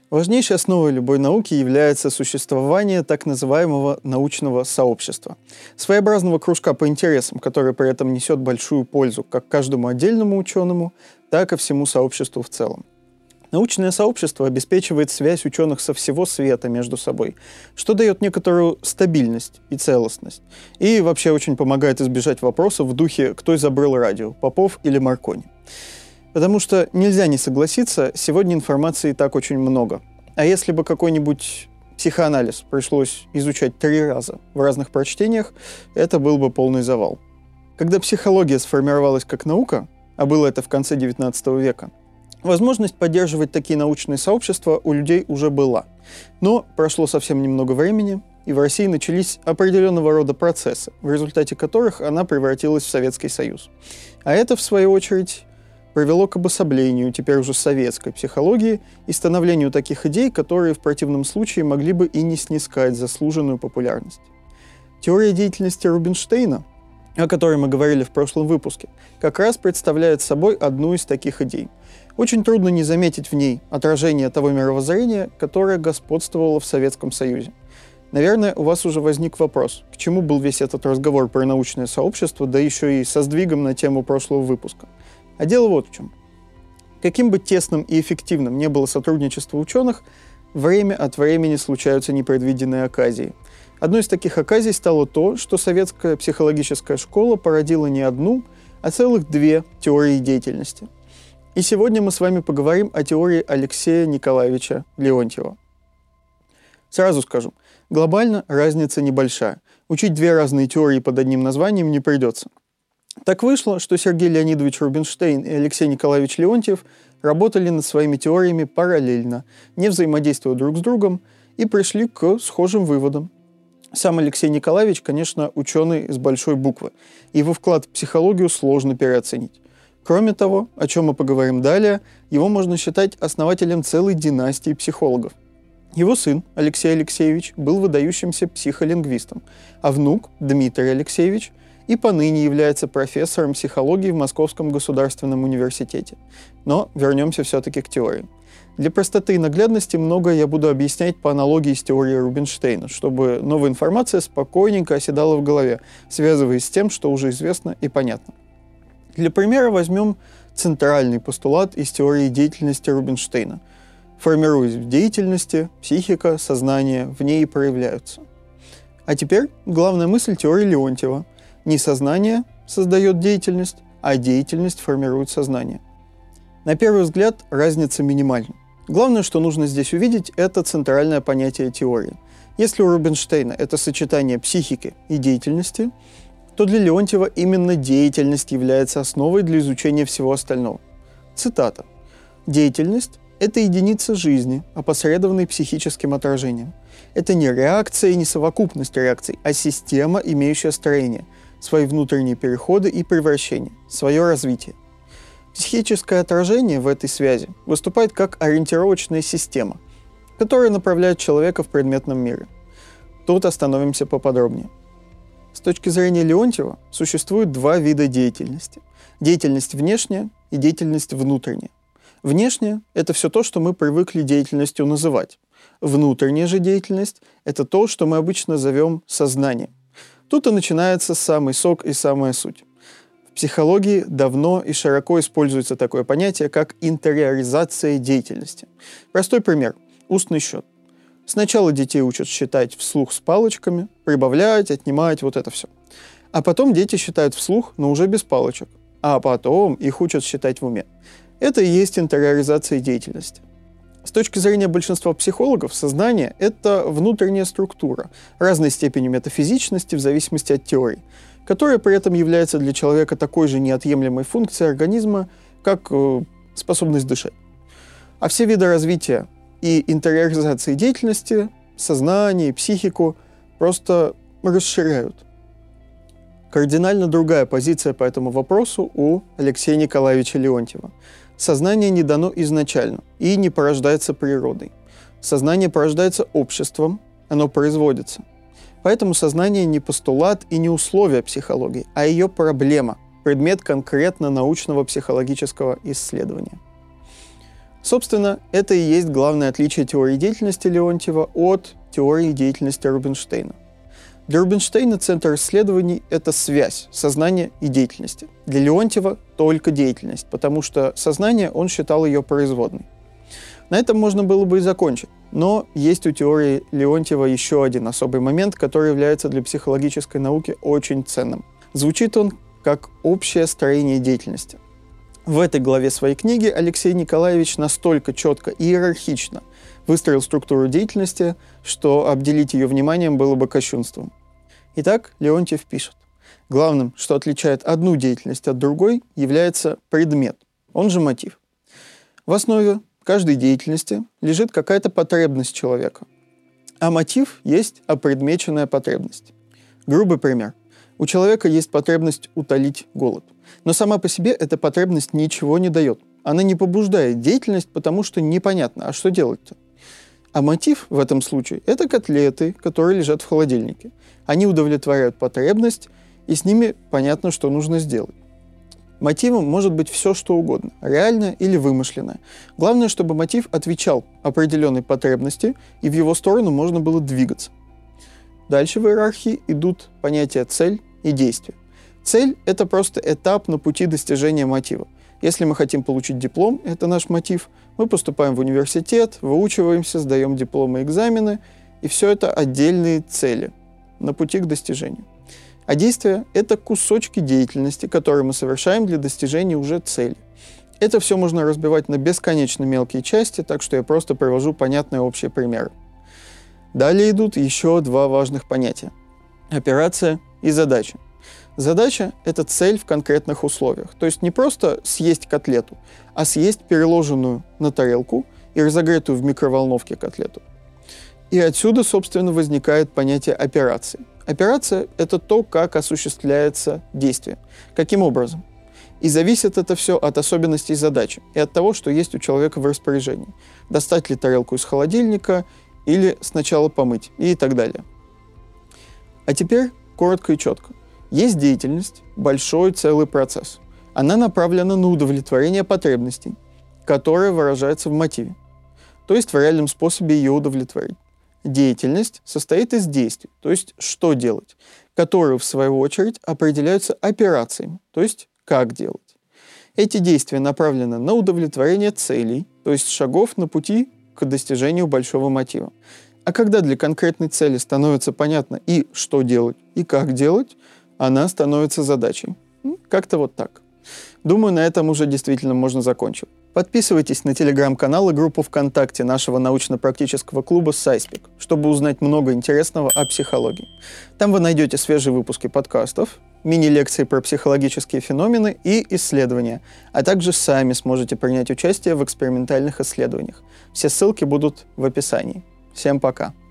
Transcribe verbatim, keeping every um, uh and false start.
Важнейшей основой любой науки является существование так называемого научного сообщества. Своеобразного кружка по интересам, который при этом несет большую пользу как каждому отдельному ученому, так и всему сообществу в целом. Научное сообщество обеспечивает связь ученых со всего света между собой, что дает некоторую стабильность и целостность. И вообще очень помогает избежать вопросов в духе «кто изобрел радио, Попов или Маркони?». Потому что нельзя не согласиться, сегодня информации и так очень много. А если бы какой-нибудь психоанализ пришлось изучать три раза в разных прочтениях, это был бы полный завал. Когда психология сформировалась как наука, а было это в конце девятнадцатого века, возможность поддерживать такие научные сообщества у людей уже была. Но прошло совсем немного времени, и в России начались определенного рода процессы, в результате которых она превратилась в Советский Союз. А это, в свою очередь, привело к обособлению теперь уже советской психологии и становлению таких идей, которые в противном случае могли бы и не снискать заслуженную популярность. Теория деятельности Рубинштейна, о которой мы говорили в прошлом выпуске, как раз представляет собой одну из таких идей. Очень трудно не заметить в ней отражение того мировоззрения, которое господствовало в Советском Союзе. Наверное, у вас уже возник вопрос, к чему был весь этот разговор про научное сообщество, да еще и со сдвигом на тему прошлого выпуска. А дело вот в чем. Каким бы тесным и эффективным ни было сотрудничество ученых, время от времени случаются непредвиденные оказии. Одной из таких оказий стало то, что советская психологическая школа породила не одну, а целых две теории деятельности. И сегодня мы с вами поговорим о теории Алексея Николаевича Леонтьева. Сразу скажу, глобально разница небольшая. Учить две разные теории под одним названием не придется. Так вышло, что Сергей Леонидович Рубинштейн и Алексей Николаевич Леонтьев работали над своими теориями параллельно, не взаимодействуя друг с другом, и пришли к схожим выводам. Сам Алексей Николаевич, конечно, ученый с большой буквы. Его вклад в психологию сложно переоценить. Кроме того, о чем мы поговорим далее, его можно считать основателем целой династии психологов. Его сын, Алексей Алексеевич, был выдающимся психолингвистом, а внук, Дмитрий Алексеевич, и поныне является профессором психологии в Московском государственном университете. Но вернемся все-таки к теории. Для простоты и наглядности многое я буду объяснять по аналогии с теорией Рубинштейна, чтобы новая информация спокойненько оседала в голове, связываясь с тем, что уже известно и понятно. Для примера возьмем центральный постулат из теории деятельности Рубинштейна. Формируясь в деятельности, психика, сознание в ней и проявляются. А теперь главная мысль теории Леонтьева. Не сознание создает деятельность, а деятельность формирует сознание. На первый взгляд разница минимальна. Главное, что нужно здесь увидеть, это центральное понятие теории. Если у Рубинштейна это сочетание психики и деятельности, то для Леонтьева именно деятельность является основой для изучения всего остального. Цитата. «Деятельность – это единица жизни, опосредованной психическим отражением. Это не реакция и не совокупность реакций, а система, имеющая строение, свои внутренние переходы и превращения, свое развитие. Психическое отражение в этой связи выступает как ориентировочная система, которая направляет человека в предметном мире. Тут остановимся поподробнее. С точки зрения Леонтьева существует два вида деятельности. Деятельность внешняя и деятельность внутренняя. Внешняя – это все то, что мы привыкли деятельностью называть. Внутренняя же деятельность – это то, что мы обычно зовем сознанием. Тут и начинается самый сок и самая суть. В психологии давно и широко используется такое понятие, как интериоризация деятельности. Простой пример – устный счет. Сначала детей учат считать вслух с палочками, прибавлять, отнимать, вот это все. А потом дети считают вслух, но уже без палочек. А потом их учат считать в уме. Это и есть интериоризация деятельности. С точки зрения большинства психологов, сознание – это внутренняя структура разной степени метафизичности в зависимости от теории, которая при этом является для человека такой же неотъемлемой функцией организма, как э, способность дышать. А все виды развития и интериоризации деятельности, сознание, психику просто расширяют. Кардинально другая позиция по этому вопросу у Алексея Николаевича Леонтьева. Сознание не дано изначально и не порождается природой. Сознание порождается обществом, оно производится. Поэтому сознание не постулат и не условие психологии, а ее проблема, предмет конкретно научного психологического исследования. Собственно, это и есть главное отличие теории деятельности Леонтьева от теории деятельности Рубинштейна. Для Рубинштейна центр исследований – это связь сознания и деятельности. Для Леонтьева только деятельность, потому что сознание он считал ее производной. На этом можно было бы и закончить. Но есть у теории Леонтьева еще один особый момент, который является для психологической науки очень ценным. Звучит он как общее строение деятельности. В этой главе своей книги Алексей Николаевич настолько четко и иерархично выстроил структуру деятельности, что обделить ее вниманием было бы кощунством. Итак, Леонтьев пишет: главным, что отличает одну деятельность от другой, является предмет, он же мотив. В основе каждой деятельности лежит какая-то потребность человека, а мотив есть опредмеченная потребность. Грубый пример. У человека есть потребность утолить голод, но сама по себе эта потребность ничего не дает. Она не побуждает деятельность, потому что непонятно, а что делать-то? А мотив в этом случае – это котлеты, которые лежат в холодильнике. Они удовлетворяют потребность, и с ними понятно, что нужно сделать. Мотивом может быть все, что угодно, реальное или вымышленное. Главное, чтобы мотив отвечал определенной потребности, и в его сторону можно было двигаться. Дальше в иерархии идут понятия «цель» и «действие». Цель – это просто этап на пути достижения мотива. Если мы хотим получить диплом, это наш мотив, мы поступаем в университет, выучиваемся, сдаем дипломы и экзамены, и все это отдельные цели на пути к достижению. А действие – это кусочки деятельности, которые мы совершаем для достижения уже цели. Это все можно разбивать на бесконечно мелкие части, так что я просто привожу понятные общие примеры. Далее идут еще два важных понятия – операция и задача. Задача – это цель в конкретных условиях, то есть не просто съесть котлету, а съесть переложенную на тарелку и разогретую в микроволновке котлету. И отсюда, собственно, возникает понятие операции. Операция – это то, как осуществляется действие. Каким образом? И зависит это все от особенностей задачи и от того, что есть у человека в распоряжении. Достать ли тарелку из холодильника или сначала помыть и так далее. А теперь коротко и четко. Есть деятельность, большой целый процесс. Она направлена на удовлетворение потребностей, которая выражается в мотиве, то есть в реальном способе ее удовлетворить. Деятельность состоит из действий, то есть что делать, которые, в свою очередь, определяются операциями, то есть как делать. Эти действия направлены на удовлетворение целей, то есть шагов на пути к достижению большого мотива. А когда для конкретной цели становится понятно и что делать, и как делать, она становится задачей. Как-то вот так. Думаю, на этом уже действительно можно закончить. Подписывайтесь на телеграм-канал и группу ВКонтакте нашего научно-практического клуба «Сайспик», чтобы узнать много интересного о психологии. Там вы найдете свежие выпуски подкастов, мини-лекции про психологические феномены и исследования, а также сами сможете принять участие в экспериментальных исследованиях. Все ссылки будут в описании. Всем пока!